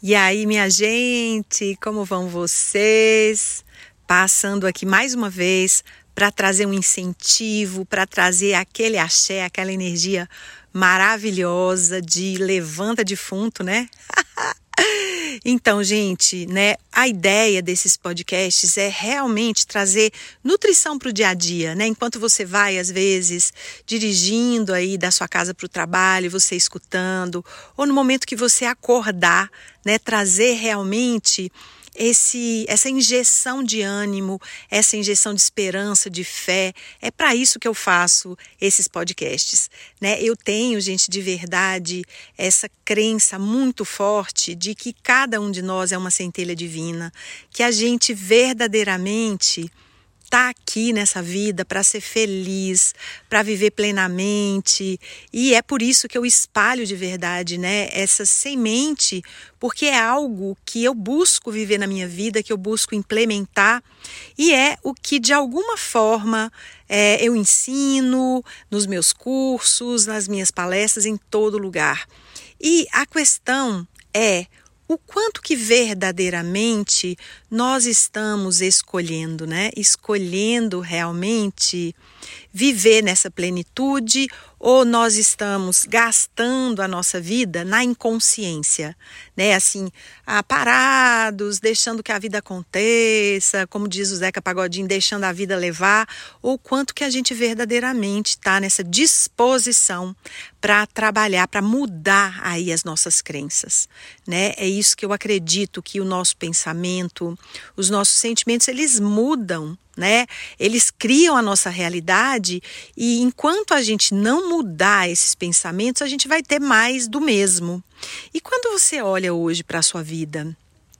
E aí, minha gente, como vão vocês? Passando aqui mais uma vez para trazer um incentivo, para trazer aquele axé, aquela energia maravilhosa de levanta defunto, né? Então, gente, né, a ideia desses podcasts é realmente trazer nutrição para o dia a dia, né? Enquanto você vai, às vezes, dirigindo aí da sua casa para o trabalho, você escutando, ou no momento que você acordar, né, trazer realmente essa injeção de ânimo, essa injeção de esperança, de fé. É para isso que eu faço esses podcasts, né? Eu tenho, gente, de verdade, essa crença muito forte de que cada um de nós é uma centelha divina, que a gente verdadeiramente está aqui nessa vida para ser feliz, para viver plenamente, e é por isso que eu espalho de verdade, né, essa semente, porque é algo que eu busco viver na minha vida, que eu busco implementar, e é o que de alguma forma eu ensino nos meus cursos, nas minhas palestras, em todo lugar. E a questão é o quanto que verdadeiramente nós estamos escolhendo, né? Escolhendo realmente viver nessa plenitude, ou nós estamos gastando a nossa vida na inconsciência, né? Assim, parados, deixando que a vida aconteça, como diz o Zeca Pagodinho, deixando a vida levar, ou quanto que a gente verdadeiramente está nessa disposição para trabalhar, para mudar aí as nossas crenças, né? É isso que eu acredito, que o nosso pensamento, os nossos sentimentos, eles mudam, né? Eles criam a nossa realidade, e enquanto a gente não mudar esses pensamentos, a gente vai ter mais do mesmo. E quando você olha hoje para a sua vida,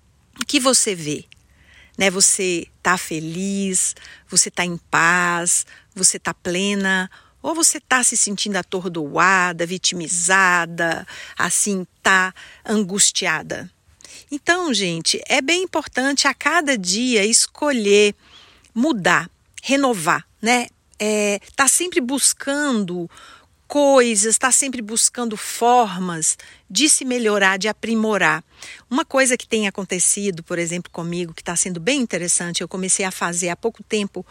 o que você vê? Né? Você está feliz, você está em paz, você está plena, ou você está se sentindo atordoada, vitimizada, assim, está angustiada? Então, gente, é bem importante a cada dia escolher mudar, renovar, né? Tá sempre buscando coisas, tá sempre buscando formas de se melhorar, de aprimorar. Uma coisa que tem acontecido, por exemplo, comigo, que está sendo bem interessante, eu comecei a fazer há pouco tempo,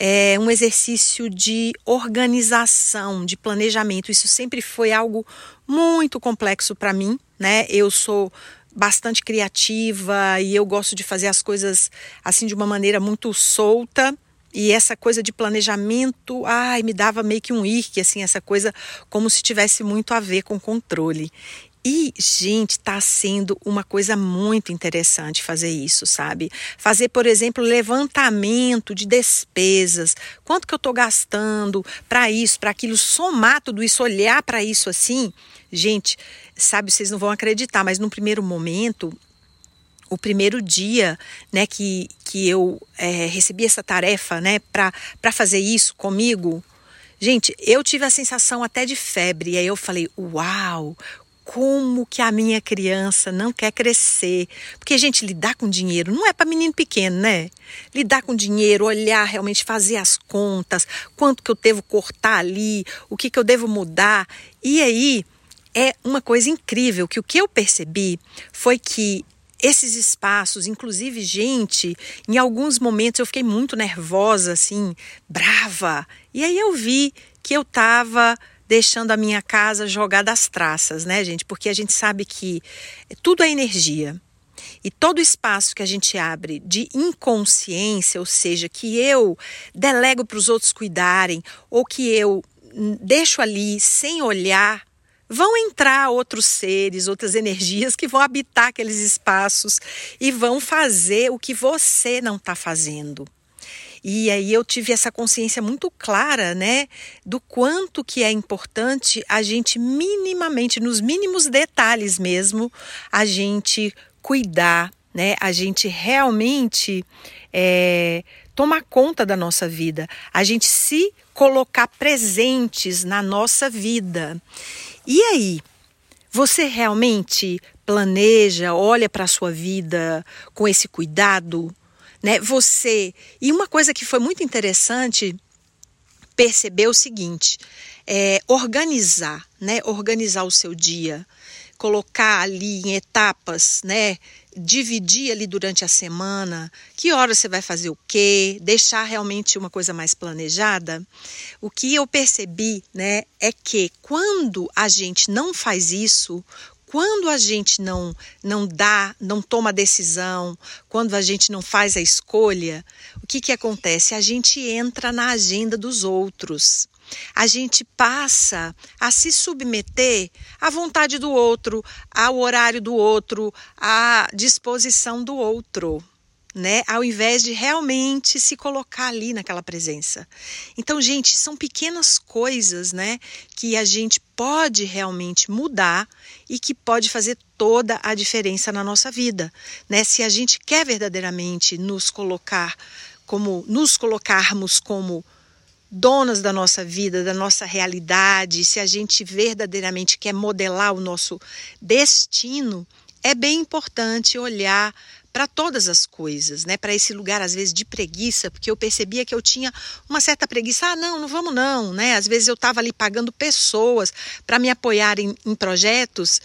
um exercício de organização, de planejamento. Isso sempre foi algo muito complexo para mim, né? Eu sou bastante criativa e eu gosto de fazer as coisas assim de uma maneira muito solta, e essa coisa de planejamento, me dava meio que um irque, assim, essa coisa como se tivesse muito a ver com controle. E, gente, está sendo uma coisa muito interessante fazer isso, sabe? Fazer, por exemplo, levantamento de despesas. Quanto que eu estou gastando para isso, para aquilo, somar tudo isso, olhar para isso assim. Gente, sabe, vocês não vão acreditar, mas no primeiro momento, o primeiro dia, né, que eu recebi essa tarefa, né, para fazer isso comigo, gente, eu tive a sensação até de febre. E aí eu falei, uau, como que a minha criança não quer crescer. Porque, gente, lidar com dinheiro não é para menino pequeno, né? Lidar com dinheiro, olhar, realmente fazer as contas, quanto que eu devo cortar ali, o que eu devo mudar. E aí é uma coisa incrível, que o que eu percebi foi que esses espaços, inclusive, gente, em alguns momentos eu fiquei muito nervosa, assim, brava. E aí eu vi que eu estava deixando a minha casa jogada às traças, né, gente? Porque a gente sabe que tudo é energia. E todo espaço que a gente abre de inconsciência, ou seja, que eu delego para os outros cuidarem, ou que eu deixo ali sem olhar, vão entrar outros seres, outras energias que vão habitar aqueles espaços e vão fazer o que você não está fazendo. E aí eu tive essa consciência muito clara, né, do quanto que é importante a gente minimamente, nos mínimos detalhes mesmo, a gente cuidar, né, a gente realmente tomar conta da nossa vida, a gente se colocar presentes na nossa vida. E aí, você realmente planeja, olha para a sua vida com esse cuidado, né? E uma coisa que foi muito interessante perceber o seguinte, organizar, né? Organizar o seu dia. colocar ali em etapas, né? Dividir ali durante a semana, que hora você vai fazer o quê, deixar realmente uma coisa mais planejada. O que eu percebi, né, é que quando a gente não faz isso, quando a gente não toma decisão, quando a gente não faz a escolha, o que acontece? A gente entra na agenda dos outros. A gente passa a se submeter à vontade do outro, ao horário do outro, à disposição do outro, né? Ao invés de realmente se colocar ali naquela presença. Então, gente, são pequenas coisas, né, que a gente pode realmente mudar e que pode fazer toda a diferença na nossa vida, né? Se a gente quer verdadeiramente nos colocarmos como donas da nossa vida, da nossa realidade, se a gente verdadeiramente quer modelar o nosso destino, é bem importante olhar para todas as coisas, né? Para esse lugar, às vezes, de preguiça, porque eu percebia que eu tinha uma certa preguiça. Não vamos não, né? Às vezes eu estava ali pagando pessoas para me apoiarem em projetos,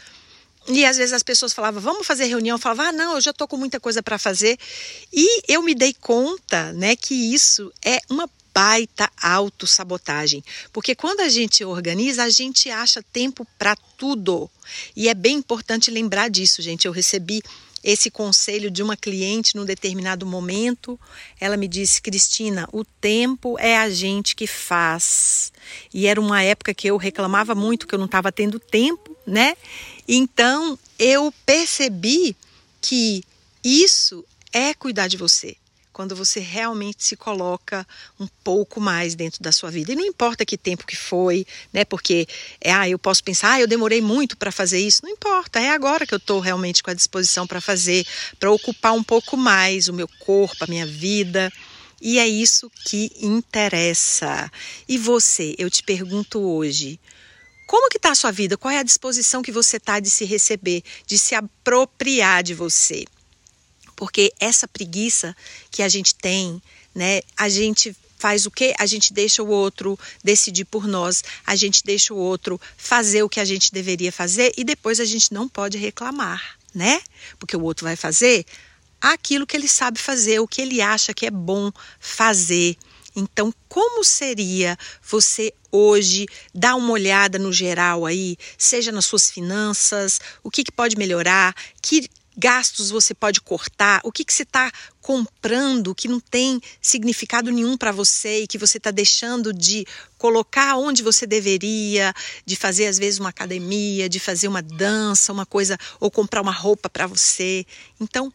e às vezes as pessoas falavam, vamos fazer reunião, eu falava, não, eu já estou com muita coisa para fazer. E eu me dei conta, né, que isso é uma baita autossabotagem, porque quando a gente organiza, a gente acha tempo para tudo, e é bem importante lembrar disso, gente. Eu recebi esse conselho de uma cliente num determinado momento. Ela me disse, Cristina, o tempo é a gente que faz, e era uma época que eu reclamava muito que eu não estava tendo tempo, né? Então eu percebi que isso é cuidar de você, quando você realmente se coloca um pouco mais dentro da sua vida. E não importa que tempo que foi, né? Porque eu posso pensar, eu demorei muito para fazer isso. Não importa, é agora que eu estou realmente com a disposição para fazer, para ocupar um pouco mais o meu corpo, a minha vida. E é isso que interessa. E você, eu te pergunto hoje, como que está a sua vida? Qual é a disposição que você está de se receber, de se apropriar de você? Porque essa preguiça que a gente tem, né, a gente faz o quê? A gente deixa o outro decidir por nós, a gente deixa o outro fazer o que a gente deveria fazer e depois a gente não pode reclamar, né? Porque o outro vai fazer aquilo que ele sabe fazer, o que ele acha que é bom fazer. Então, como seria você hoje dar uma olhada no geral aí, seja nas suas finanças, o que pode melhorar, que gastos você pode cortar, o que você está comprando que não tem significado nenhum para você e que você está deixando de colocar onde você deveria, de fazer às vezes uma academia, de fazer uma dança, uma coisa, ou comprar uma roupa para você. Então,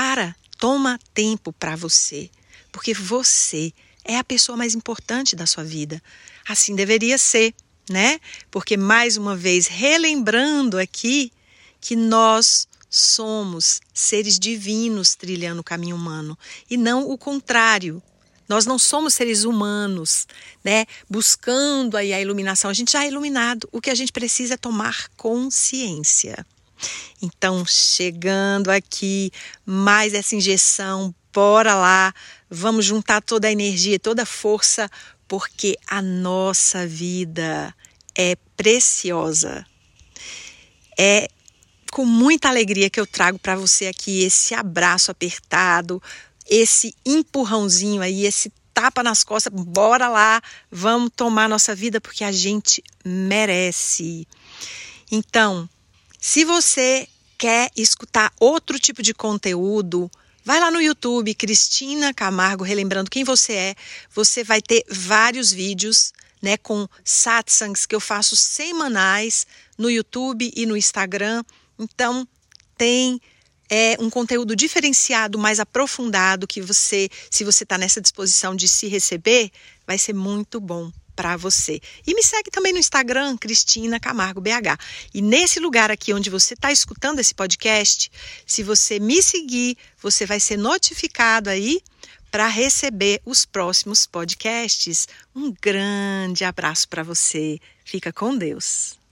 toma tempo para você, porque você é a pessoa mais importante da sua vida. Assim deveria ser, né? Porque, mais uma vez, relembrando aqui que nós somos seres divinos trilhando o caminho humano e não o contrário. Nós não somos seres humanos, né, buscando aí a iluminação. A gente já é iluminado. O que a gente precisa é tomar consciência. Então, chegando aqui, mais essa injeção, bora lá, vamos juntar toda a energia, toda a força, porque a nossa vida é preciosa. É com muita alegria que eu trago para você aqui esse abraço apertado, esse empurrãozinho aí, esse tapa nas costas, bora lá, vamos tomar nossa vida porque a gente merece. Então, se você quer escutar outro tipo de conteúdo, vai lá no YouTube, Cristina Camargo, relembrando quem você é. Você vai ter vários vídeos, né, com satsangs que eu faço semanais no YouTube e no Instagram. Então, tem um conteúdo diferenciado, mais aprofundado, que você, se você está nessa disposição de se receber, vai ser muito bom para você. E me segue também no Instagram, Cristina Camargo BH. E nesse lugar aqui onde você está escutando esse podcast, se você me seguir, você vai ser notificado aí para receber os próximos podcasts. Um grande abraço para você. Fica com Deus.